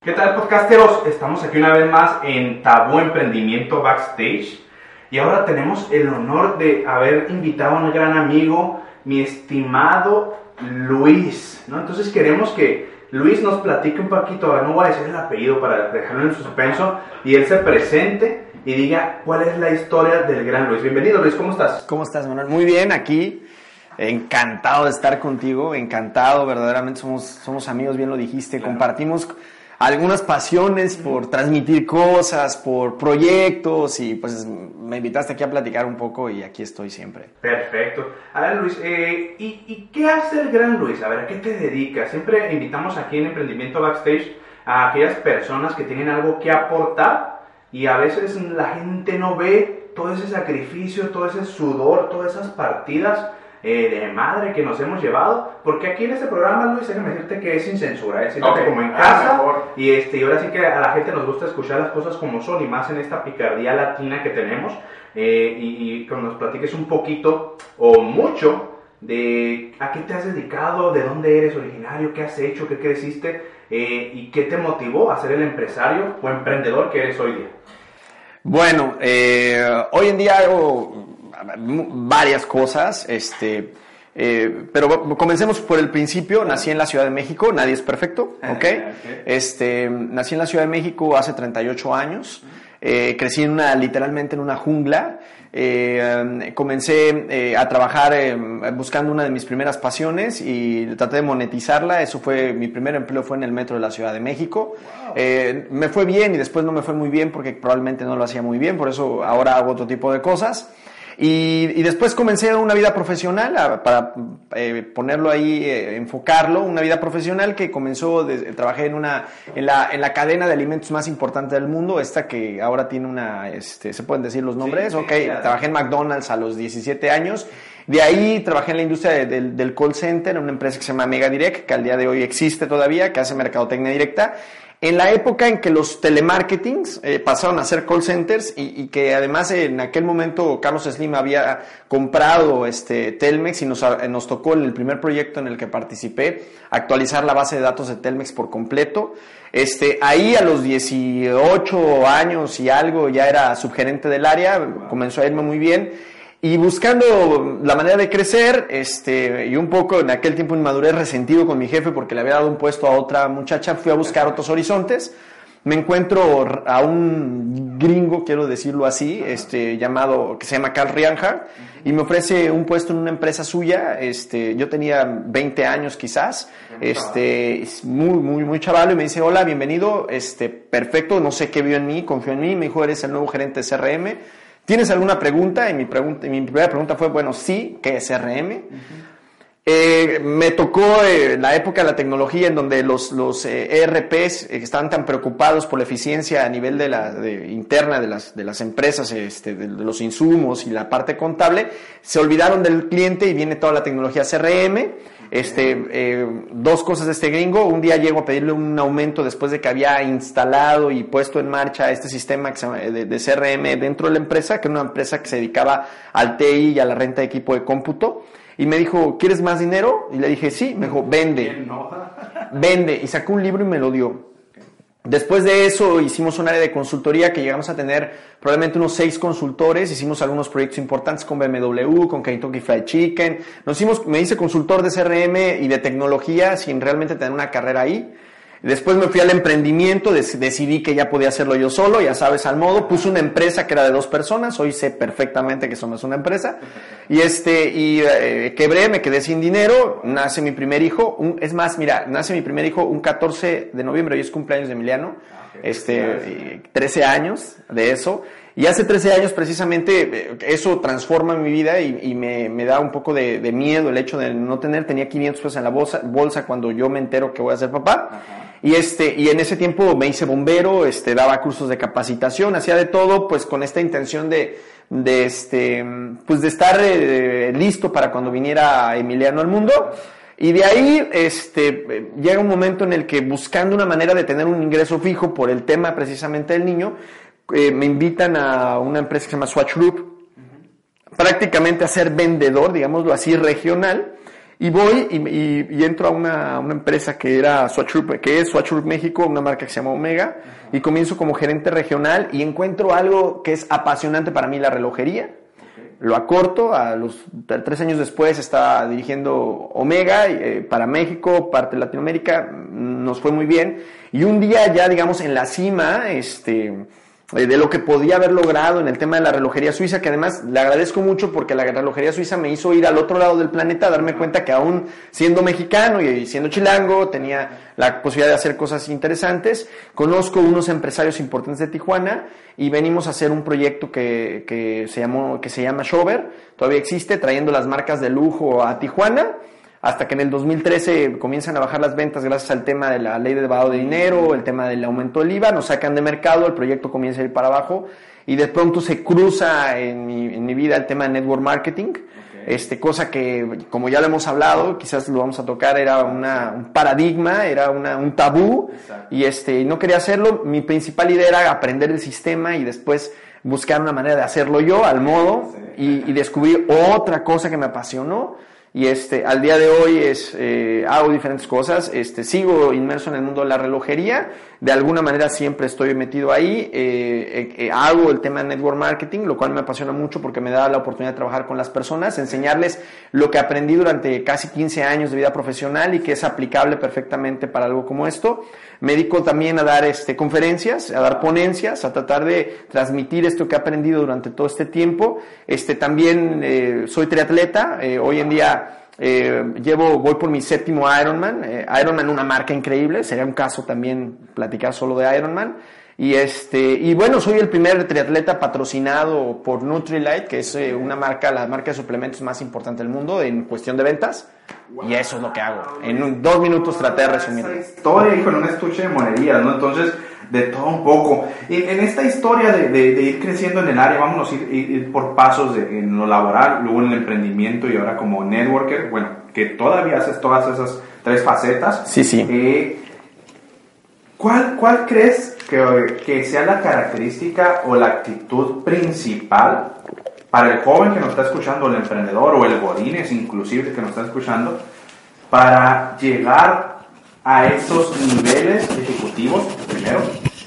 ¿Qué tal, podcasteros? Estamos aquí una vez más en Tabú Emprendimiento Backstage y ahora tenemos el honor de haber invitado a un gran amigo, mi estimado Luis, ¿no? Entonces queremos que Luis nos platique un poquito, no voy a decir el apellido para dejarlo en suspenso, y él se presente y diga cuál es la historia del gran Luis. Bienvenido, Luis, ¿cómo estás? ¿Cómo estás, Manuel? Muy bien, aquí. Encantado de estar contigo, encantado, verdaderamente somos amigos, bien lo dijiste, claro. Compartimos algunas pasiones por transmitir cosas, por proyectos, y pues me invitaste aquí a platicar un poco y aquí estoy siempre. Perfecto. A ver, Luis, ¿y qué hace el gran Luis? A ver, ¿a qué te dedicas? Siempre invitamos aquí en Emprendimiento Backstage a aquellas personas que tienen algo que aportar y a veces la gente no ve todo ese sacrificio, todo ese sudor, todas esas partidas de madre que nos hemos llevado, porque aquí en este programa, Luis, déjame decirte que es sin censura, siéntate como en casa, y ahora sí que a la gente nos gusta escuchar las cosas como son, y más en esta picardía latina que tenemos, y que nos platiques un poquito o mucho de a qué te has dedicado, de dónde eres originario, qué has hecho, qué creciste, y qué te motivó a ser el empresario o emprendedor que eres hoy día. Bueno, hoy en día hago varias cosas, pero comencemos por el principio. Nací en la Ciudad de México, nadie es perfecto, ¿ok? Nací en la Ciudad de México hace 38 años, crecí literalmente en una jungla. Comencé a trabajar buscando una de mis primeras pasiones y traté de monetizarla. Eso fue, mi primer empleo fue en el metro de la Ciudad de México. Wow. Me fue bien y después no me fue muy bien porque probablemente no lo hacía muy bien, por eso ahora hago otro tipo de cosas. Y después comencé una vida profesional, para ponerlo ahí, enfocarlo, una vida profesional que comenzó, trabajé en la cadena de alimentos más importante del mundo, esta que ahora tiene ¿se pueden decir los nombres? Sí, okay, claro. Trabajé en McDonald's a los 17 años, de ahí trabajé en la industria del call center, en una empresa que se llama Mega Direct, que al día de hoy existe todavía, que hace mercadotecnia directa. En la época en que los telemarketings pasaron a ser call centers y que además en aquel momento Carlos Slim había comprado Telmex y nos tocó en el primer proyecto en el que participé actualizar la base de datos de Telmex por completo. Ahí a los 18 años y algo ya era subgerente del área, comenzó a irme muy bien. Y buscando la manera de crecer, y un poco en aquel tiempo inmadurez, resentido con mi jefe porque le había dado un puesto a otra muchacha, fui a buscar otros horizontes. Me encuentro a un gringo, quiero decirlo así, que se llama Carl Reinhardt, y me ofrece un puesto en una empresa suya. Yo tenía 20 años quizás, muy chaval, y me dice: hola, bienvenido, perfecto, no sé qué vio en mí, confió en mí, me dijo: eres el nuevo gerente de CRM. ¿Tienes alguna pregunta? Y mi primera pregunta fue: bueno, sí, ¿qué es CRM? Uh-huh. Me tocó la época de la tecnología en donde los ERPs estaban tan preocupados por la eficiencia a nivel interna de las empresas, de los insumos y la parte contable, se olvidaron del cliente y viene toda la tecnología CRM. Dos cosas de este gringo. Un día llego a pedirle un aumento después de que había instalado y puesto en marcha este sistema de CRM dentro de la empresa, que era una empresa que se dedicaba al TI y a la renta de equipo de cómputo. Y me dijo: ¿quieres más dinero? Y le dije: sí. Me dijo: vende. Vende. Y sacó un libro y me lo dio. Después de eso hicimos un área de consultoría que llegamos a tener probablemente unos 6 consultores. Hicimos algunos proyectos importantes con BMW, con Kentucky Fried Chicken. Me hice consultor de CRM y de tecnología sin realmente tener una carrera ahí. Después me fui al emprendimiento, decidí que ya podía hacerlo yo solo, ya sabes, al modo. Puse una empresa que era de 2 personas, hoy sé perfectamente que eso no es una empresa. Quebré, me quedé sin dinero, nace mi primer hijo. Nace mi primer hijo un 14 de noviembre, hoy es cumpleaños de Emiliano, 13 años de eso. Y hace 13 años precisamente eso transforma mi vida y me da un poco de miedo el hecho de no tener. Tenía 500 pesos en la bolsa cuando yo me entero que voy a ser papá. Ajá. Y en ese tiempo me hice bombero, daba cursos de capacitación, hacía de todo, pues con esta intención de estar listo para cuando viniera Emiliano al mundo. Y de ahí llega un momento en el que, buscando una manera de tener un ingreso fijo por el tema precisamente del niño, me invitan a una empresa que se llama Swatch Group, prácticamente a ser vendedor, digámoslo así, regional. Y voy y entro a una empresa que es Swatch Group México, una marca que se llama Omega, y comienzo como gerente regional y encuentro algo que es apasionante para mí, la relojería. Lo acorto, 3 años después estaba dirigiendo Omega para México, parte de Latinoamérica, nos fue muy bien. Y un día ya, digamos, en la cima, de lo que podía haber logrado en el tema de la relojería suiza, que además le agradezco mucho porque la relojería suiza me hizo ir al otro lado del planeta a darme cuenta que aún siendo mexicano y siendo chilango tenía la posibilidad de hacer cosas interesantes. Conozco unos empresarios importantes de Tijuana y venimos a hacer un proyecto que se llama Shover, todavía existe, trayendo las marcas de lujo a Tijuana, hasta que en el 2013 comienzan a bajar las ventas gracias al tema de la ley de lavado de dinero, el tema del aumento del IVA, nos sacan de mercado, el proyecto comienza a ir para abajo y de pronto se cruza en mi vida el tema de network marketing, cosa que, como ya lo hemos hablado, quizás lo vamos a tocar, era un paradigma, era un tabú. Exacto. Y no quería hacerlo. Mi principal idea era aprender el sistema y después buscar una manera de hacerlo yo al modo, y descubrí otra cosa que me apasionó. Y al día de hoy hago diferentes cosas, sigo inmerso en el mundo de la relojería, de alguna manera siempre estoy metido ahí, hago el tema de network marketing, lo cual me apasiona mucho porque me da la oportunidad de trabajar con las personas, enseñarles lo que aprendí durante casi 15 años de vida profesional y que es aplicable perfectamente para algo como esto. Me dedico también a dar conferencias, a dar ponencias, a tratar de transmitir esto que he aprendido durante todo este tiempo. También soy triatleta, hoy en día voy por mi 7º Ironman. Ironman, una marca increíble, sería un caso también platicar solo de Ironman. Y bueno, soy el primer triatleta patrocinado por Nutrilite, que es la marca de suplementos más importante del mundo en cuestión de ventas. Wow. Y eso es lo que hago. En 2 minutos traté de resumir. Esa historia, hijo, en un estuche de monerías, ¿no? Entonces, de todo un poco. En esta historia de ir creciendo en el área, vámonos a ir por pasos en lo laboral, luego en el emprendimiento y ahora como networker, bueno, que todavía haces todas esas 3 facetas. Sí. ¿Cuál crees que sea la característica o la actitud principal para el joven que nos está escuchando, el emprendedor o el godínez inclusive que nos está escuchando, para llegar a esos niveles ejecutivos primero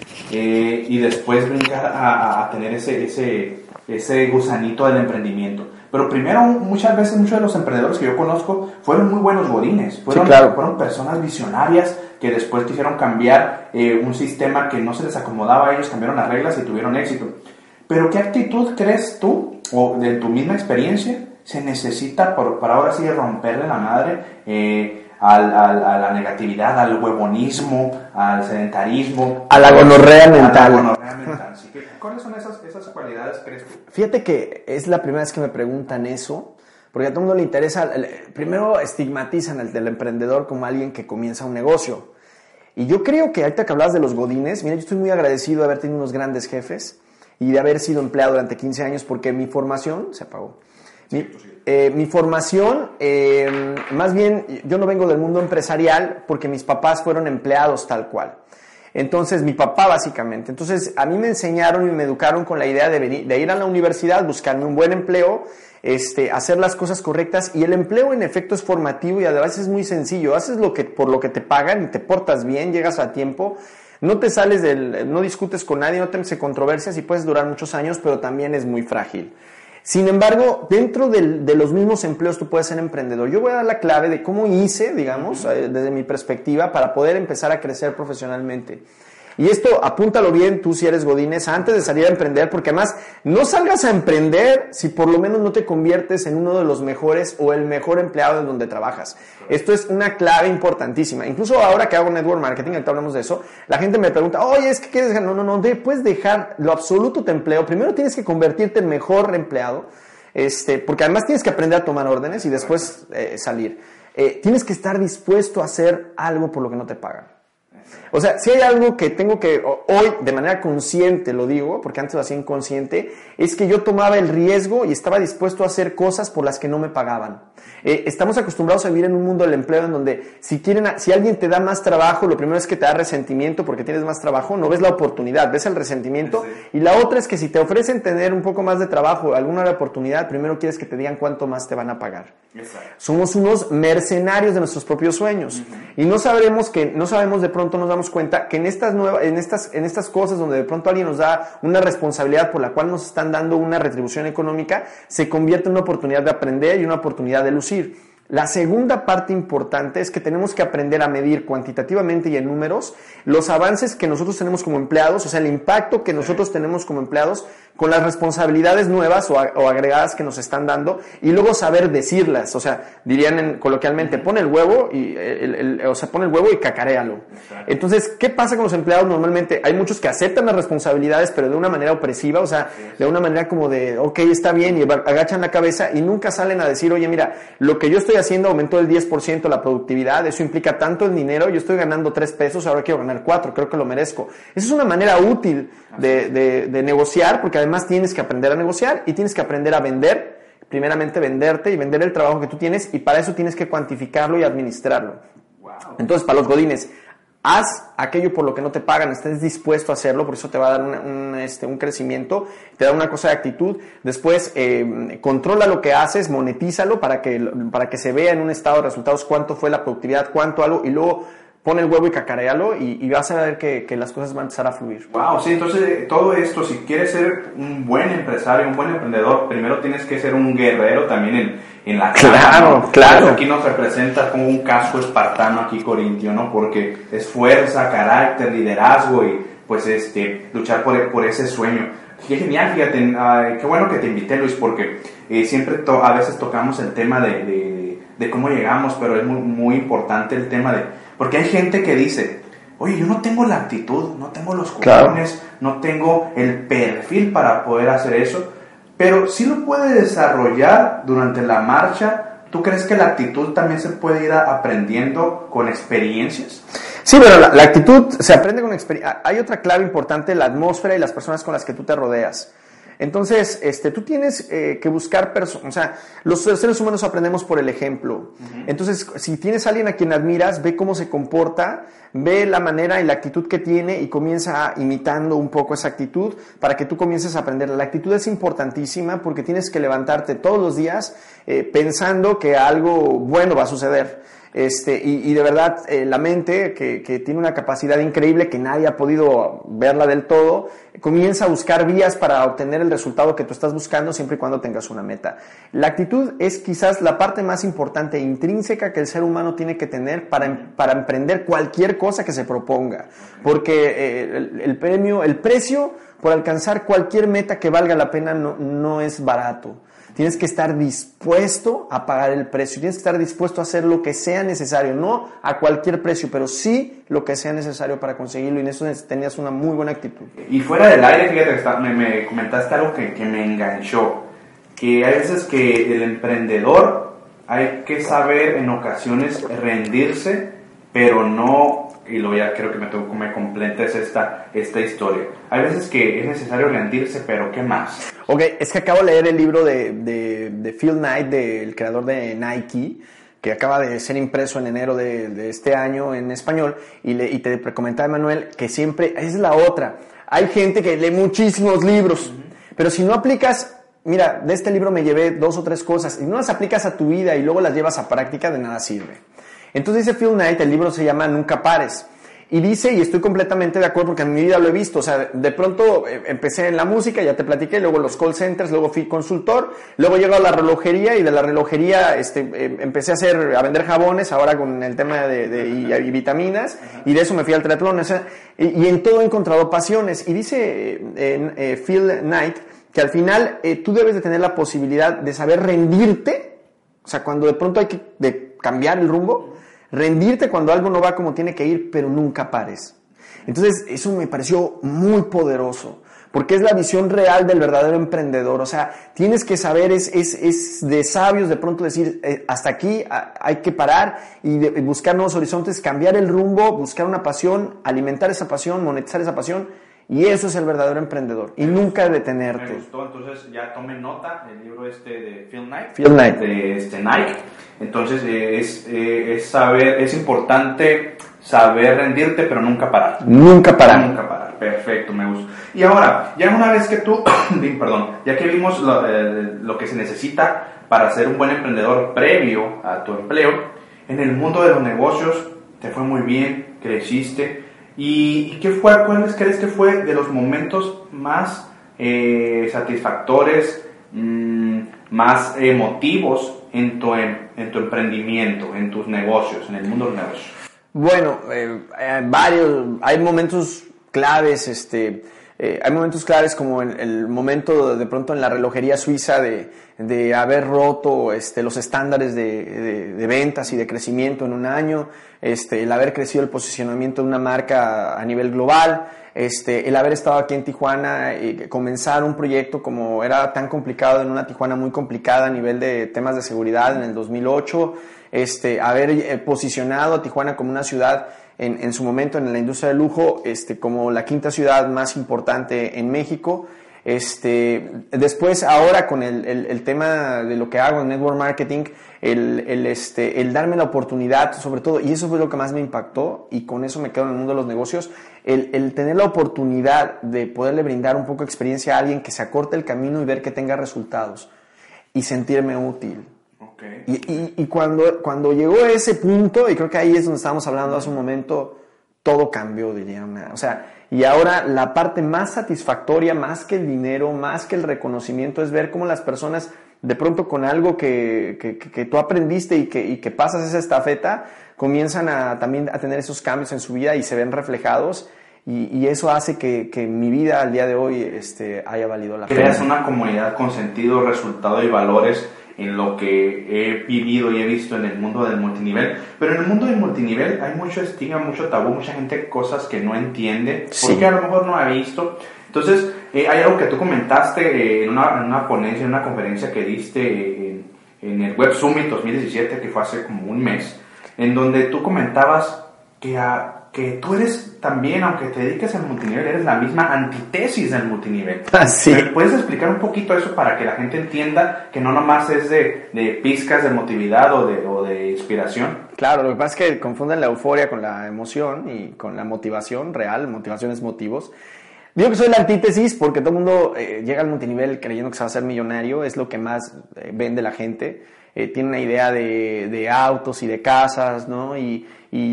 y después brincar a tener ese gusanito del emprendimiento? Pero primero, muchas veces muchos de los emprendedores que yo conozco fueron muy buenos godines, fueron personas visionarias que después quisieron cambiar un sistema que no se les acomodaba a ellos, cambiaron las reglas y tuvieron éxito. Pero ¿qué actitud crees tú, o de tu misma experiencia, se necesita para ahora sí romperle la madre a la negatividad, al huevonismo, al sedentarismo, a la gonorrea mental? Así que, ¿cuáles son esas cualidades, crees tú? Fíjate que es la primera vez que me preguntan eso, porque a todo el mundo le interesa. Primero estigmatizan al emprendedor como alguien que comienza un negocio. Y yo creo que ahorita que hablabas de los godines, mira, yo estoy muy agradecido de haber tenido unos grandes jefes y de haber sido empleado durante 15 años, porque mi formación se apagó. Mi formación, más bien, yo no vengo del mundo empresarial porque mis papás fueron empleados tal cual. Entonces, mi papá básicamente. Entonces, a mí me enseñaron y me educaron con la idea de ir a la universidad, buscarme un buen empleo, hacer las cosas correctas, y el empleo en efecto es formativo y a veces es muy sencillo. Haces por lo que te pagan y te portas bien, llegas a tiempo. No te sales no discutes con nadie, no te metes en controversias y puedes durar muchos años, pero también es muy frágil. Sin embargo, dentro de los mismos empleos tú puedes ser emprendedor. Yo voy a dar la clave de cómo hice, digamos, desde mi perspectiva, para poder empezar a crecer profesionalmente. Y esto, apúntalo bien tú si eres godínez, antes de salir a emprender, porque además no salgas a emprender si por lo menos no te conviertes en uno de los mejores o el mejor empleado en donde trabajas. Esto es una clave importantísima. Incluso ahora que hago network marketing, ahorita hablamos de eso, la gente me pregunta, oye, es que quieres dejar. No, puedes dejar lo absoluto tu empleo. Primero tienes que convertirte en mejor empleado, porque además tienes que aprender a tomar órdenes y después salir. Tienes que estar dispuesto a hacer algo por lo que no te pagan. O sea, si hay algo que tengo que, hoy de manera consciente lo digo, porque antes lo hacía inconsciente, es que yo tomaba el riesgo y estaba dispuesto a hacer cosas por las que no me pagaban. Estamos acostumbrados a vivir en un mundo del empleo en donde si alguien te da más trabajo, lo primero es que te da resentimiento porque tienes más trabajo, no ves la oportunidad, ves el resentimiento. Sí. Y la otra es que si te ofrecen tener un poco más de trabajo, alguna oportunidad, primero quieres que te digan cuánto más te van a pagar. Exacto. Somos unos mercenarios de nuestros propios sueños. Y no sabemos de pronto nos damos cuenta que en estas cosas donde de pronto alguien nos da una responsabilidad por la cual nos están dando una retribución económica, se convierte en una oportunidad de aprender y una oportunidad de lucir. La segunda parte importante es que tenemos que aprender a medir cuantitativamente y en números los avances que nosotros tenemos como empleados, o sea, el impacto que nosotros tenemos como empleados con las responsabilidades nuevas o agregadas que nos están dando y luego saber decirlas, o sea, dirían coloquialmente, pon el huevo y cacaréalo. Exacto. Entonces, ¿qué pasa con los empleados? Normalmente hay muchos que aceptan las responsabilidades, pero de una manera opresiva, o sea, de una manera como de, ok, está bien, y agachan la cabeza y nunca salen a decir, oye, mira, lo que yo estoy haciendo aumentó el 10% la productividad, eso implica tanto el dinero, yo estoy ganando 3 pesos, ahora quiero ganar 4, creo que lo merezco. Esa es una manera útil de negociar, porque además tienes que aprender a negociar y tienes que aprender a vender, primeramente venderte y vender el trabajo que tú tienes, y para eso tienes que cuantificarlo y administrarlo. Wow. Entonces, para los godines, haz aquello por lo que no te pagan, estés dispuesto a hacerlo, por eso te va a dar un crecimiento, te da una cosa de actitud. Después, controla lo que haces, monetízalo para que se vea en un estado de resultados cuánto fue la productividad, cuánto algo, y luego pon el huevo y cacaréalo y vas a ver que las cosas van a empezar a fluir. Wow, sí, entonces todo esto, si quieres ser un buen empresario, un buen emprendedor, primero tienes que ser un guerrero también en la cama. Claro, ¿no? claro. Pues aquí nos representa como un casco espartano aquí corintio, ¿no? Porque es fuerza, carácter, liderazgo y pues luchar por ese sueño. Qué genial, fíjate, qué bueno que te invité, Luis, porque siempre a veces tocamos el tema de cómo llegamos, pero es muy, muy importante el tema porque hay gente que dice, oye, yo no tengo la actitud, no tengo los cojones, claro, no tengo el perfil para poder hacer eso, pero sí lo puede desarrollar durante la marcha. ¿Tú crees que la actitud también se puede ir aprendiendo con experiencias? Sí, pero la actitud se aprende con experiencia. Hay otra clave importante, la atmósfera y las personas con las que tú te rodeas. Entonces, tú tienes que buscar personas, o sea, los seres humanos aprendemos por el ejemplo. Uh-huh. Entonces, si tienes a alguien a quien admiras, ve cómo se comporta, ve la manera y la actitud que tiene y comienza imitando un poco esa actitud para que tú comiences a aprender. La actitud es importantísima porque tienes que levantarte todos los días pensando que algo bueno va a suceder. Y de verdad, la mente, que tiene una capacidad increíble que nadie ha podido verla del todo, comienza a buscar vías para obtener el resultado que tú estás buscando siempre y cuando tengas una meta. La actitud es quizás la parte más importante e intrínseca que el ser humano tiene que tener para emprender cualquier cosa que se proponga. Porque el precio por alcanzar cualquier meta que valga la pena no es barato. Tienes que estar dispuesto a pagar el precio, tienes que estar dispuesto a hacer lo que sea necesario, no a cualquier precio, pero sí lo que sea necesario para conseguirlo, y en eso tenías una muy buena actitud. Y fuera del aire, fíjate que me comentaste algo que me enganchó, que hay veces que el emprendedor hay que saber en ocasiones rendirse, pero no, y luego ya creo que me completes esta historia. Hay veces que es necesario rendirse, pero ¿qué más? Ok, es que acabo de leer el libro de Phil Knight, del creador de Nike, que acaba de ser impreso en enero de este año en español, y te comentaba, Manuel, que siempre, esa es la otra, hay gente que lee muchísimos libros, pero si no aplicas, mira, de este libro me llevé 2 o 3 cosas, y no las aplicas a tu vida y luego las llevas a práctica, de nada sirve. Entonces dice Phil Knight, el libro se llama Nunca Pares, y dice, y estoy completamente de acuerdo porque en mi vida lo he visto, o sea, de pronto empecé en la música, ya te platiqué, luego los call centers, luego fui consultor, luego llego a la relojería, y de la relojería empecé a vender jabones, ahora con el tema y vitaminas, y de eso me fui al triatlón, o sea, y en todo he encontrado pasiones. Y dice Phil Knight que al final tú debes de tener la posibilidad de saber rendirte, o sea, cuando de pronto hay que cambiar el rumbo, rendirte cuando algo no va como tiene que ir, pero nunca pares. Entonces, eso me pareció muy poderoso, porque es la visión real del verdadero emprendedor. O sea, tienes que saber, es de sabios de pronto decir, hasta aquí hay que parar y buscar nuevos horizontes, cambiar el rumbo, buscar una pasión, alimentar esa pasión, monetizar esa pasión, y eso es el verdadero emprendedor, y nunca detenerte. Me gustó, entonces ya tomen nota del libro de Phil Knight, de Nike. Entonces es importante saber rendirte, pero nunca parar. Nunca parar. Nunca parar. Perfecto, me gusta. Y ahora, ya una vez que tú, ya que vimos lo que se necesita para ser un buen emprendedor previo a tu empleo, en el mundo de los negocios te fue muy bien, creciste. ¿Y cuáles crees que fue de los momentos más satisfactores, más emotivos en tu emprendimiento, en tus negocios, en el mundo de los negocios? Bueno, hay momentos claves, hay momentos claves como el momento de pronto en la relojería suiza de haber roto los estándares de ventas y de crecimiento en un año, el haber crecido el posicionamiento de una marca a nivel global, el haber estado aquí en Tijuana y comenzar un proyecto como era tan complicado en una Tijuana muy complicada a nivel de temas de seguridad en el 2008, haber posicionado a Tijuana como una ciudad en su momento en la industria del lujo, como la quinta ciudad más importante en México. Después ahora con el tema de lo que hago en network marketing, el darme la oportunidad, sobre todo, y eso fue lo que más me impactó, y con eso me quedo en el mundo de los negocios, el tener la oportunidad de poderle brindar un poco de experiencia a alguien que se acorte el camino y ver que tenga resultados y sentirme útil. Okay. Y cuando llegó a ese punto, y creo que ahí es donde estábamos hablando hace un momento, todo cambió, diría una. O sea, y ahora la parte más satisfactoria, más que el dinero, más que el reconocimiento, es ver cómo las personas, de pronto con algo que tú aprendiste y que pasas esa estafeta, comienzan también a tener esos cambios en su vida y se ven reflejados. Y eso hace que mi vida al día de hoy haya valido la pena. Creas una comunidad con sentido, resultado y valores en lo que he vivido y he visto en el mundo del multinivel. Pero en el mundo del multinivel hay mucho estigma, mucho tabú, mucha gente cosas que no entiende, sí, porque a lo mejor no ha visto. Entonces, hay algo que tú comentaste en una ponencia, en una conferencia que diste en el Web Summit 2017, que fue hace como un mes, en donde tú comentabas que tú eres también, aunque te dediques al multinivel, eres la misma antítesis del multinivel. Sí. ¿Puedes explicar un poquito eso para que la gente entienda que no nomás es de pizcas de emotividad o de inspiración? Claro, lo que pasa es que confunden la euforia con la emoción y con la motivación real. Motivación es motivos. Digo que soy la antítesis porque todo el mundo llega al multinivel creyendo que se va a hacer millonario, es lo que más vende la gente. Tiene una idea de autos y de casas, ¿no? Y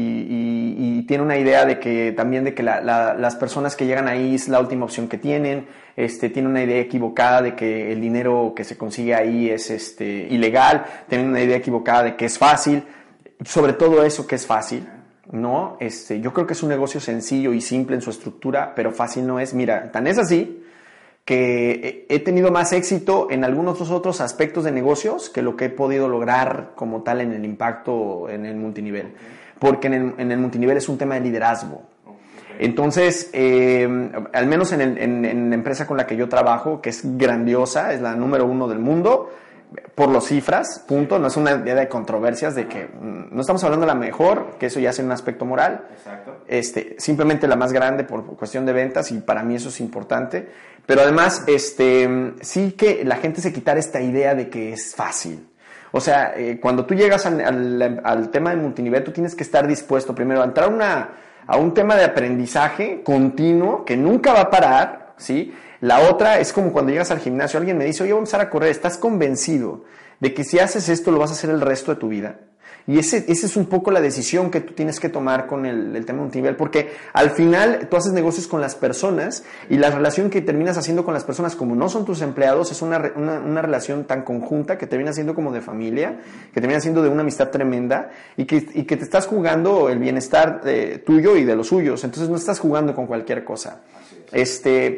tiene una idea de que también de que las personas que llegan ahí es la última opción que tienen. Tiene una idea equivocada de que el dinero que se consigue ahí es ilegal. Tiene una idea equivocada de que es fácil. Sobre todo eso que es fácil, ¿no? Yo creo que es un negocio sencillo y simple en su estructura, pero fácil no es. Mira, tan es así que he tenido más éxito en algunos otros aspectos de negocios que lo que he podido lograr como tal en el impacto en el multinivel. Porque en el multinivel es un tema de liderazgo. Entonces, al menos en la empresa con la que yo trabajo, que es grandiosa, es la número 1 del mundo, por las cifras, punto, no es una idea de controversias de que no estamos hablando de la mejor, que eso ya es un aspecto moral. Exacto. Simplemente la más grande por cuestión de ventas, y para mí eso es importante, pero además sí que la gente se quitara esta idea de que es fácil. O sea, cuando tú llegas al tema del multinivel, tú tienes que estar dispuesto primero a entrar a un tema de aprendizaje continuo que nunca va a parar, ¿sí? La otra es como cuando llegas al gimnasio, alguien me dice, oye, voy a empezar a correr, ¿estás convencido de que si haces esto lo vas a hacer el resto de tu vida? Y esa es un poco la decisión que tú tienes que tomar con el tema multinivel, porque al final tú haces negocios con las personas y la relación que terminas haciendo con las personas, como no son tus empleados, es una relación tan conjunta que termina siendo como de familia, que termina siendo de una amistad tremenda y que te estás jugando el bienestar tuyo y de los suyos, entonces no estás jugando con cualquier cosa.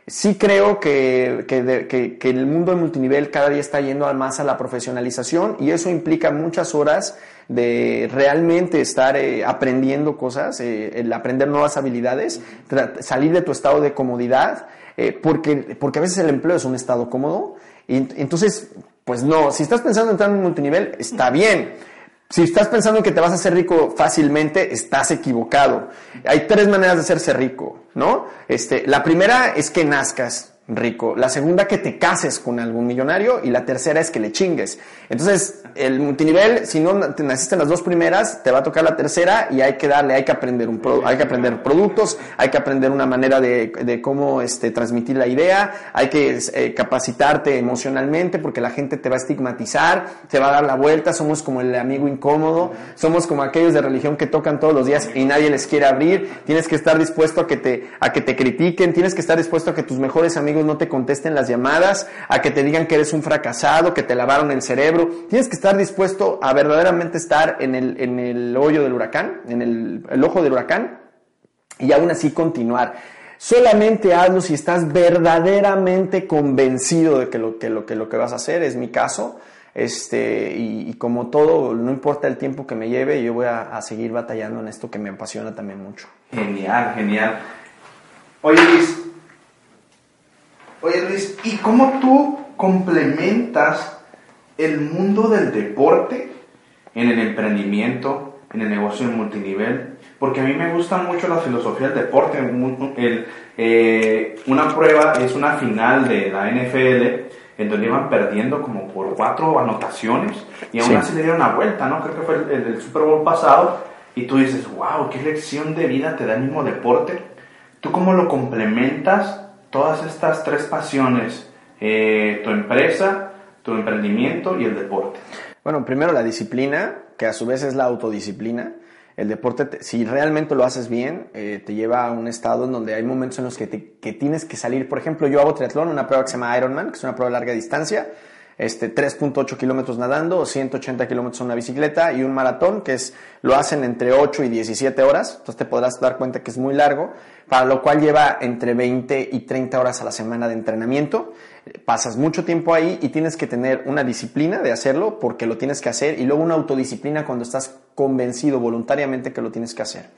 Sí creo que el mundo de multinivel cada día está yendo más a la profesionalización y eso implica muchas horas de realmente estar aprendiendo cosas, el aprender nuevas habilidades, salir de tu estado de comodidad, porque a veces el empleo es un estado cómodo y entonces, pues no, si estás pensando en entrar en un multinivel, está bien. Si estás pensando en que te vas a hacer rico fácilmente, estás equivocado. Hay 3 maneras de hacerse rico, ¿no? La primera es que nazcas rico, la segunda que te cases con algún millonario y la tercera es que le chingues. Entonces, el multinivel, si no te naciste en las 2 primeras, te va a tocar la tercera y hay que aprender hay que aprender productos, hay que aprender una manera de cómo transmitir la idea, hay que capacitarte emocionalmente porque la gente te va a estigmatizar, te va a dar la vuelta, somos como el amigo incómodo, somos como aquellos de religión que tocan todos los días y nadie les quiere abrir, tienes que estar dispuesto a que te critiquen, tienes que estar dispuesto a que tus mejores amigos no te contesten las llamadas, a que te digan que eres un fracasado, que te lavaron el cerebro. Tienes que estar dispuesto a verdaderamente estar en el hoyo del huracán, en el ojo del huracán, y aún así continuar. Solamente hazlo si estás verdaderamente convencido de que lo que vas a hacer, es mi caso. Y como todo, no importa el tiempo que me lleve, yo voy a seguir batallando en esto que me apasiona también mucho. Genial, genial. Oye Luis, ¿y cómo tú complementas el mundo del deporte en el emprendimiento, en el negocio en multinivel? Porque a mí me gusta mucho la filosofía del deporte. Una prueba es una final de la NFL en donde iban perdiendo como por 4 anotaciones y aún así le dieron la vuelta, ¿no? Creo que fue el Super Bowl pasado y tú dices, wow, qué lección de vida te da el mismo deporte. ¿Tú cómo lo complementas todas estas 3 pasiones, tu empresa, tu emprendimiento y el deporte? Bueno, primero la disciplina, que a su vez es la autodisciplina. El deporte, si realmente lo haces bien, te lleva a un estado en donde hay momentos en los que tienes que salir. Por ejemplo, yo hago triatlón, una prueba que se llama Ironman, que es una prueba de larga distancia, 3.8 kilómetros nadando, 180 kilómetros en una bicicleta y un maratón, lo hacen entre 8 y 17 horas. Entonces te podrás dar cuenta que es muy largo, para lo cual lleva entre 20 y 30 horas a la semana de entrenamiento. Pasas mucho tiempo ahí y tienes que tener una disciplina de hacerlo porque lo tienes que hacer y luego una autodisciplina cuando estás convencido voluntariamente que lo tienes que hacer.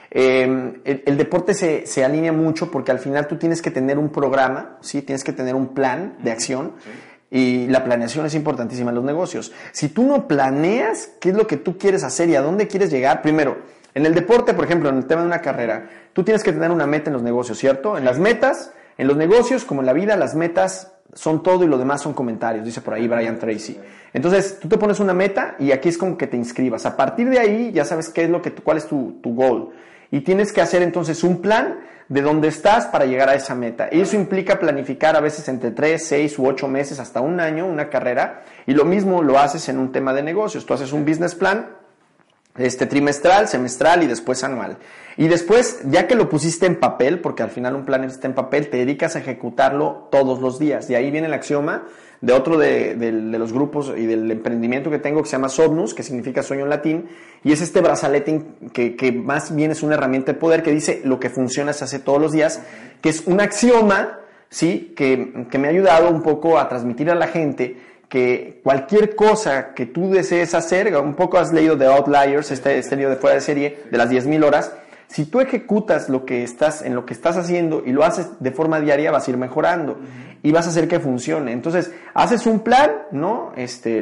El deporte se alinea mucho porque al final tú tienes que tener un programa, ¿sí? Tienes que tener un plan de acción. Y la planeación es importantísima en los negocios. Si tú no planeas qué es lo que tú quieres hacer y a dónde quieres llegar, primero, en el deporte, por ejemplo, en el tema de una carrera, tú tienes que tener una meta en los negocios, ¿cierto? En las metas, en los negocios, como en la vida, las metas son todo y lo demás son comentarios, dice por ahí Brian Tracy. Entonces, tú te pones una meta y aquí es como que te inscribas. A partir de ahí ya sabes cuál es tu goal. Y tienes que hacer entonces un plan de dónde estás para llegar a esa meta. Y eso implica planificar a veces entre 3, 6 u 8 meses, hasta un año, una carrera. Y lo mismo lo haces en un tema de negocios. Tú haces un business plan trimestral, semestral y después anual. Y después, ya que lo pusiste en papel, porque al final un plan está en papel, te dedicas a ejecutarlo todos los días. De ahí viene el axioma de otro de los grupos y del emprendimiento que tengo que se llama Somnus, que significa sueño en latín, y es este brazalete que más bien es una herramienta de poder que dice lo que funciona se hace todos los días, que es un axioma, ¿sí? que me ha ayudado un poco a transmitir a la gente que cualquier cosa que tú desees hacer, un poco has leído The Outliers, este libro de fuera de serie de las 10,000 horas, si tú ejecutas en lo que estás haciendo y lo haces de forma diaria, vas a ir mejorando y vas a hacer que funcione. Entonces, haces un plan, ¿no?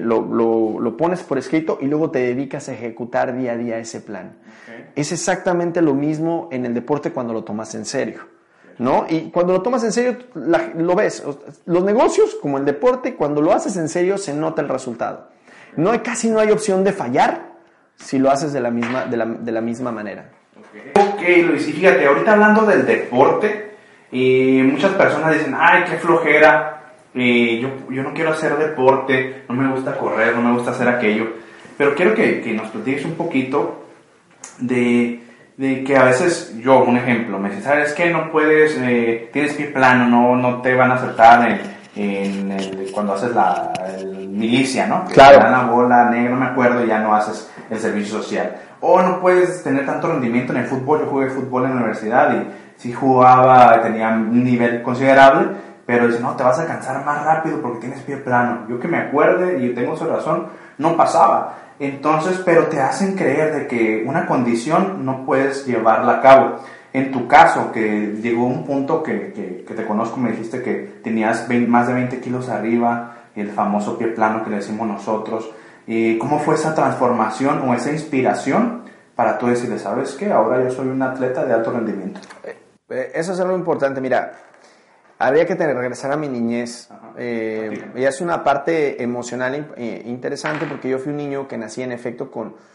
Lo pones por escrito y luego te dedicas a ejecutar día a día ese plan. Okay. Es exactamente lo mismo en el deporte cuando lo tomas en serio, ¿no? Y cuando lo tomas en serio, lo ves. Los negocios, como el deporte, cuando lo haces en serio, se nota el resultado. Casi no hay opción de fallar si lo haces de la misma manera. Ok, Luis, y fíjate, ahorita hablando del deporte, muchas personas dicen, ay, qué flojera, yo no quiero hacer deporte, no me gusta correr, no me gusta hacer aquello, pero quiero que nos platiques un poquito de que a veces yo, un ejemplo, me dicen, ¿sabes qué? No puedes, tienes pie plano, no te van a aceptar cuando haces el milicia, ¿no? Que claro. te dan la bola negra, no me acuerdo, y ya no haces el servicio social. O no puedes tener tanto rendimiento en el fútbol. Yo jugué fútbol en la universidad sí jugaba, tenía un nivel considerable, pero dice, no, te vas a cansar más rápido porque tienes pie plano. Yo que me acuerde, y tengo su razón, no pasaba. Entonces, pero te hacen creer de que una condición no puedes llevarla a cabo. En tu caso, que llegó un punto que te conozco, me dijiste que tenías más de 20 kilos arriba, el famoso pie plano que le decimos nosotros. ¿Cómo fue esa transformación o esa inspiración para tú decirle, sabes qué, ahora yo soy un atleta de alto rendimiento? Eso es algo importante. Mira, habría que regresar a mi niñez. Y es una parte emocional interesante, porque yo fui un niño que nací en efecto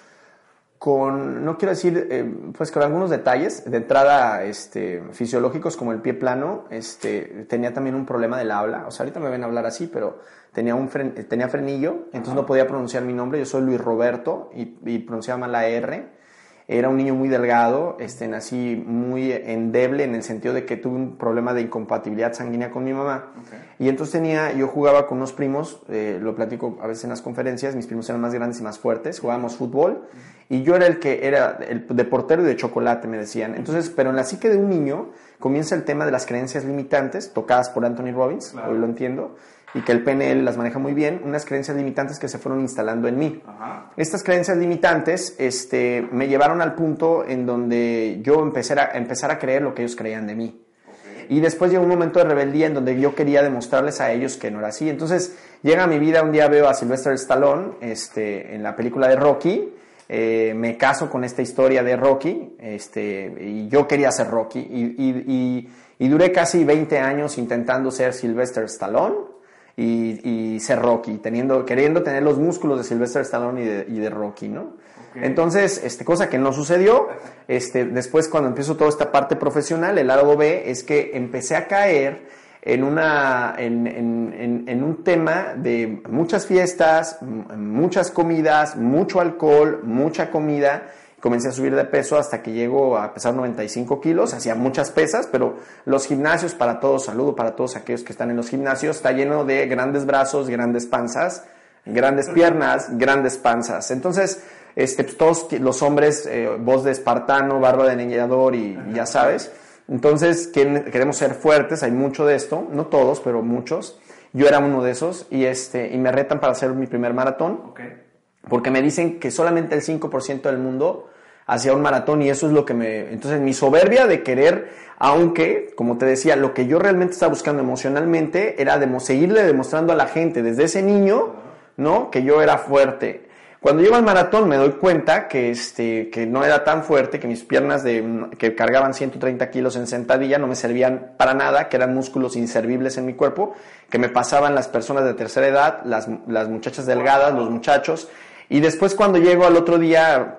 con no quiero decir, pues con algunos detalles de entrada fisiológicos, como el pie plano. Tenía también un problema del habla. O sea, ahorita me ven a hablar así, pero tenía frenillo, entonces no podía pronunciar mi nombre. Yo soy Luis Roberto y pronunciaba mal la R. Era un niño muy delgado, nací muy endeble, en el sentido de que tuve un problema de incompatibilidad sanguínea con mi mamá. Okay. Y entonces yo jugaba con unos primos, lo platico a veces en las conferencias, mis primos eran más grandes y más fuertes, jugábamos fútbol, y yo era el que era el de portero y de chocolate, me decían. Entonces, pero en la psique de un niño comienza el tema de las creencias limitantes, tocadas por Anthony Robbins, claro. Hoy lo entiendo, y que el PNL las maneja muy bien, unas creencias limitantes que se fueron instalando en mí. Ajá. Estas creencias limitantes me llevaron al punto en donde yo empezar a creer lo que ellos creían de mí. Okay. Y después llegó un momento de rebeldía en donde yo quería demostrarles a ellos que no era así. Entonces llega a mi vida, un día veo a Sylvester Stallone en la película de Rocky. Me caso con esta historia de Rocky, y yo quería ser Rocky. Y duré casi 20 años intentando ser Sylvester Stallone. Y ser Rocky, queriendo tener los músculos de Sylvester Stallone y de Rocky, ¿no? Okay. Entonces, cosa que no sucedió. Después, cuando empiezo toda esta parte profesional, el lado B es que empecé a caer en un tema de muchas fiestas, muchas comidas, mucho alcohol, mucha comida. Comencé a subir de peso hasta que llego a pesar 95 kilos, hacía muchas pesas, pero los gimnasios, para todos, saludo para todos aquellos que están en los gimnasios, está lleno de grandes brazos, grandes panzas, grandes piernas, grandes panzas. Entonces, pues todos los hombres, voz de espartano, barba de leñador y ya sabes. Entonces, queremos ser fuertes, hay mucho de esto, no todos, pero muchos. Yo era uno de esos y me retan para hacer mi primer maratón. Okay. Porque me dicen que solamente el 5% del mundo hacía un maratón, y eso es lo que entonces mi soberbia de querer, aunque, como te decía, lo que yo realmente estaba buscando emocionalmente era seguirle demostrando a la gente desde ese niño, ¿no?, que yo era fuerte. Cuando llego al maratón me doy cuenta que no era tan fuerte, que mis piernas que cargaban 130 kilos en sentadilla no me servían para nada, que eran músculos inservibles en mi cuerpo, que me pasaban las personas de tercera edad, las muchachas delgadas, los muchachos. Y después, cuando llego al otro día,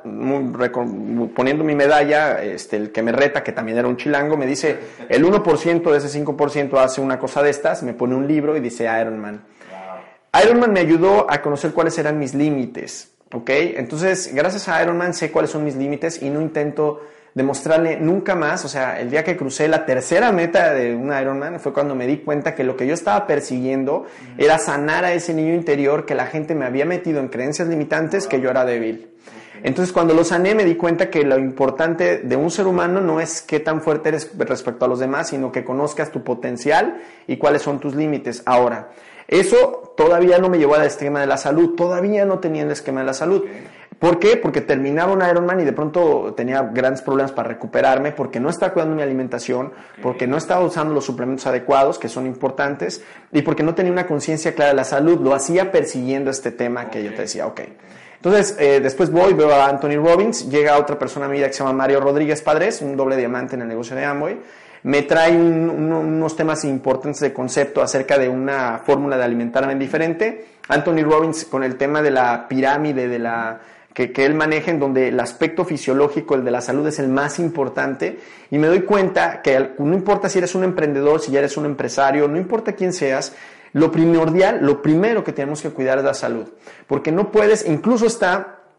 poniendo mi medalla, el que me reta, que también era un chilango, me dice, el 1% de ese 5% hace una cosa de estas, me pone un libro y dice Ironman. Wow. Ironman me ayudó a conocer cuáles eran mis límites, ¿ok? Entonces, gracias a Ironman sé cuáles son mis límites y no intento demostrarle nunca más. O sea, el día que crucé la tercera meta de un Ironman fue cuando me di cuenta que lo que yo estaba persiguiendo era sanar a ese niño interior que la gente me había metido en creencias limitantes, que yo era débil. Entonces, cuando lo sané, me di cuenta que lo importante de un ser humano no es qué tan fuerte eres respecto a los demás, sino que conozcas tu potencial y cuáles son tus límites. Ahora, eso todavía no me llevó al esquema de la salud, todavía no tenía el esquema de la salud. ¿Por qué? Porque terminaba un Ironman y de pronto tenía grandes problemas para recuperarme, porque no estaba cuidando mi alimentación, porque no estaba usando los suplementos adecuados, que son importantes, y porque no tenía una conciencia clara de la salud. Lo hacía persiguiendo este tema que yo te decía, ok. Entonces, después veo a Anthony Robbins, llega otra persona a mi vida que se llama Mario Rodríguez Padres, un doble diamante en el negocio de Amway. Me trae unos temas importantes de concepto acerca de una fórmula de alimentarme diferente. Anthony Robbins con el tema de la pirámide que él maneja, en donde el aspecto fisiológico, el de la salud, es el más importante, y me doy cuenta que no importa si eres un emprendedor, si ya eres un empresario, no importa quién seas, lo primordial, lo primero que tenemos que cuidar es la salud, porque no puedes, incluso está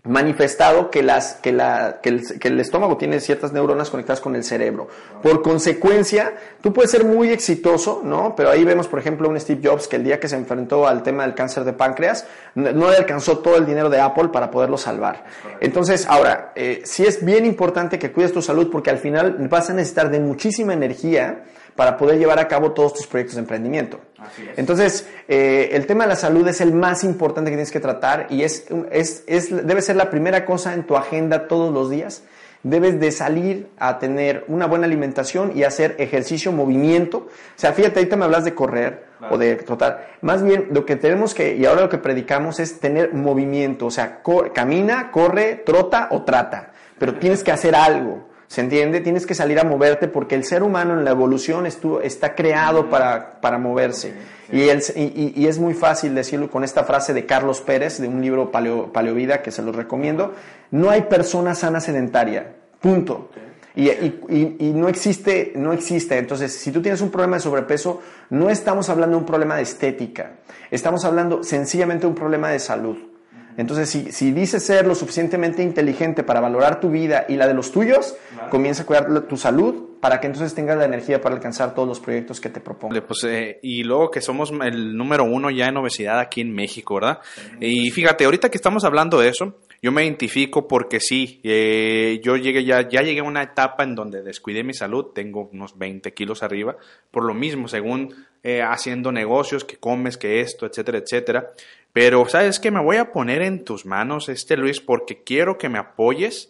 manifestado que el estómago tiene ciertas neuronas conectadas con el cerebro. Por consecuencia, tú puedes ser muy exitoso, ¿no? Pero ahí vemos, por ejemplo, un Steve Jobs que el día que se enfrentó al tema del cáncer de páncreas, no le alcanzó todo el dinero de Apple para poderlo salvar. Entonces, ahora, sí es bien importante que cuides tu salud, porque al final vas a necesitar de muchísima energía para poder llevar a cabo todos tus proyectos de emprendimiento. Así es. Entonces, el tema de la salud es el más importante que tienes que tratar y debe ser la primera cosa en tu agenda todos los días. Debes de salir a tener una buena alimentación y hacer ejercicio, movimiento. O sea, fíjate, ahorita me hablas de correr, claro, o de trotar. Más bien, lo que tenemos que, y ahora lo que predicamos es tener movimiento. O sea, camina, corre, trota o trata. Pero tienes que hacer algo. ¿Se entiende? Tienes que salir a moverte porque el ser humano en la evolución está creado para moverse. Y es muy fácil decirlo con esta frase de Carlos Pérez, de un libro Paleovida, que se los recomiendo. No hay persona sana sedentaria. Punto. Y no existe. Entonces, si tú tienes un problema de sobrepeso, no estamos hablando de un problema de estética. Estamos hablando sencillamente de un problema de salud. Entonces, si dices ser lo suficientemente inteligente para valorar tu vida y la de los tuyos, claro, comienza a cuidar tu salud para que entonces tengas la energía para alcanzar todos los proyectos que te propongas. Pues, y luego que somos el número 1 ya en obesidad aquí en México, ¿verdad? Y fíjate, ahorita que estamos hablando de eso, yo me identifico porque sí, yo llegué a una etapa en donde descuidé mi salud, tengo unos 20 kilos arriba, por lo mismo, según haciendo negocios, que comes, que esto, etcétera, etcétera. Pero, ¿sabes qué? Me voy a poner en tus manos, Luis, porque quiero que me apoyes,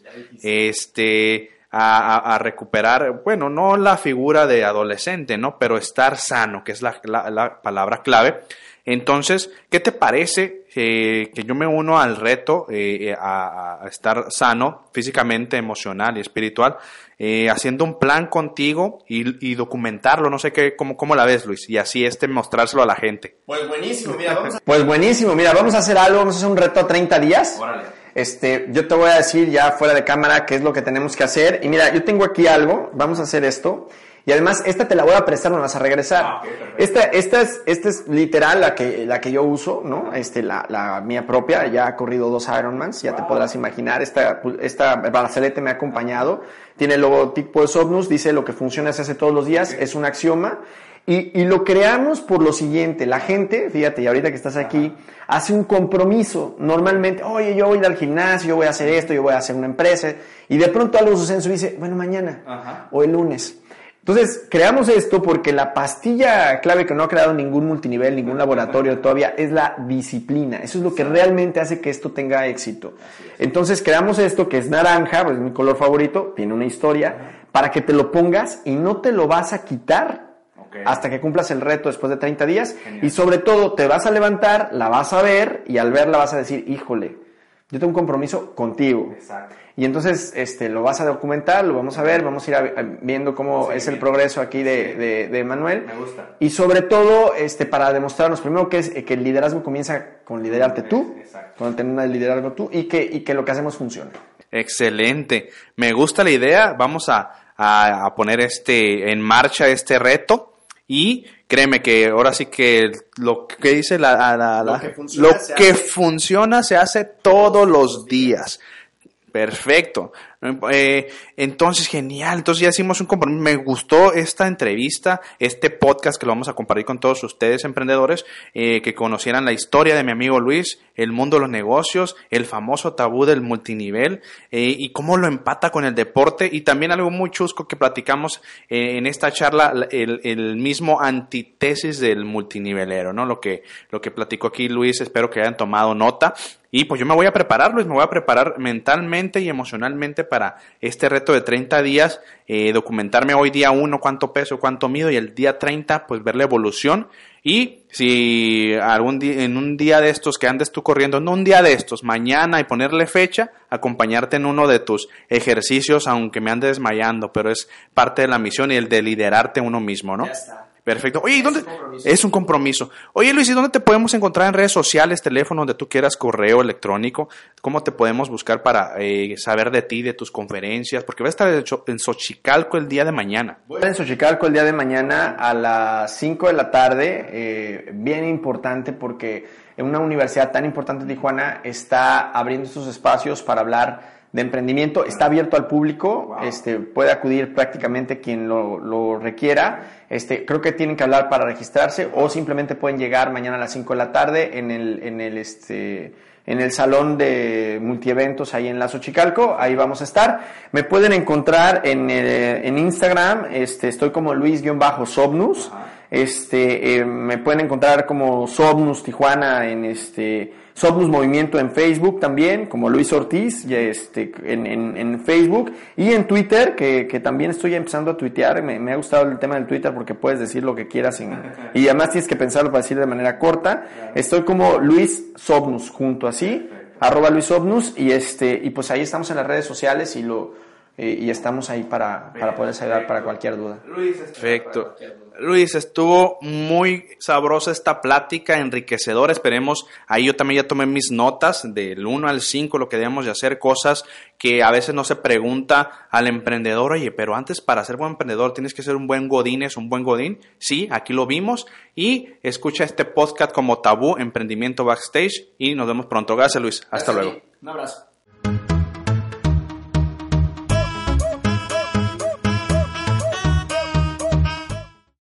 a recuperar, bueno, no la figura de adolescente, ¿no? Pero estar sano, que es la palabra clave. Entonces, ¿qué te parece que yo me uno al reto a estar sano físicamente, emocional y espiritual, haciendo un plan contigo y documentarlo? No sé cómo la ves, Luis, y así mostrárselo a la gente. Pues buenísimo, mira, vamos a hacer algo, vamos a hacer un reto a 30 días. Órale. Yo te voy a decir ya fuera de cámara qué es lo que tenemos que hacer. Y mira, yo tengo aquí algo, vamos a hacer esto. Y además, esta te la voy a prestar, me vas a regresar. Esta es literal la que yo uso, ¿no? La mía propia, ya ha corrido 2 Ironmans, ya te podrás imaginar. Esta brazalete me ha acompañado. Tiene el logotipo de Somnus, dice lo que funciona se hace todos los días, es un axioma. Y lo creamos por lo siguiente, la gente, fíjate, y ahorita que estás aquí, hace un compromiso. Normalmente, oye, yo voy a ir al gimnasio, yo voy a hacer esto, yo voy a hacer una empresa. Y de pronto algo sucede en su vida y dice, bueno, mañana o el lunes. Entonces, creamos esto porque la pastilla clave que no ha creado ningún multinivel, ningún laboratorio todavía, es la disciplina. Eso es lo que realmente hace que esto tenga éxito. Entonces, creamos esto que es naranja, pues es mi color favorito, tiene una historia, para que te lo pongas y no te lo vas a quitar hasta que cumplas el reto después de 30 días. Genial. Y sobre todo, te vas a levantar, la vas a ver y al verla vas a decir, híjole, yo tengo un compromiso contigo. Exacto. Y entonces lo vas a documentar, lo vamos a ver, vamos a ir viendo cómo es el progreso aquí de Manuel. Me gusta. Y sobre todo, para demostrarnos primero que el liderazgo comienza con liderarte tú, con tener un liderazgo tú, y que lo que hacemos funciona. Excelente. Me gusta la idea. Vamos a poner en marcha este reto. Y créeme que ahora sí que lo que dice lo que funciona se hace todos los días. Perfecto. Entonces, genial. Entonces ya hicimos un compromiso. Me gustó esta entrevista, este podcast que lo vamos a compartir con todos ustedes, emprendedores, que conocieran la historia de mi amigo Luis, el mundo de los negocios, el famoso tabú del multinivel, y cómo lo empata con el deporte. Y también algo muy chusco que platicamos en esta charla, el mismo antítesis del multinivelero, ¿no? Lo que platicó aquí Luis, espero que hayan tomado nota. Y pues yo me voy a preparar, Luis, me voy a preparar mentalmente y emocionalmente para este reto de 30 días, documentarme hoy día 1 cuánto peso, cuánto mido, y el día 30 pues ver la evolución. Y si en un día de estos que andes tú corriendo, no un día de estos, mañana, y ponerle fecha, acompañarte en uno de tus ejercicios, aunque me ande desmayando, pero es parte de la misión y el de liderarte uno mismo, ¿no? Ya está. Perfecto. Oye, ¿y dónde? Es un compromiso. Oye, Luis, ¿y dónde te podemos encontrar en redes sociales, teléfono, donde tú quieras, correo electrónico? ¿Cómo te podemos buscar para saber de ti, de tus conferencias? Porque vas a estar en Xochicalco el día de mañana. Voy a estar en Xochicalco el día de mañana a las 5 de la tarde. Bien importante porque una universidad tan importante de Tijuana está abriendo estos espacios para hablar de emprendimiento. Está abierto al público, puede acudir prácticamente quien lo requiera. Creo que tienen que hablar para registrarse o simplemente pueden llegar mañana a las 5 de la tarde en el salón de multieventos ahí en La Xochicalco. Ahí vamos a estar. Me pueden encontrar en Instagram, estoy como Luis-Sobnus. Me pueden encontrar como Sobnus Tijuana en Sobnus Movimiento en Facebook también, como Luis Ortiz, en Facebook, y en Twitter, que también estoy empezando a tuitear. Me ha gustado el tema del Twitter porque puedes decir lo que quieras y además tienes que pensarlo para decir de manera corta. Estoy como Luis Sobnus, junto así, @Luis Sobnus, y pues ahí estamos en las redes sociales y estamos ahí para poderles ayudar para cualquier duda. Perfecto. Luis, estuvo muy sabrosa esta plática, enriquecedora. Esperemos, ahí yo también ya tomé mis notas del 1 al 5, lo que debemos de hacer, cosas que a veces no se pregunta al emprendedor. Oye, pero antes para ser buen emprendedor tienes que ser un buen godínez, un buen godín. Sí, aquí lo vimos. Y escucha este podcast como Tabú, Emprendimiento Backstage, y nos vemos pronto. Gracias, Luis. Hasta luego. Un abrazo.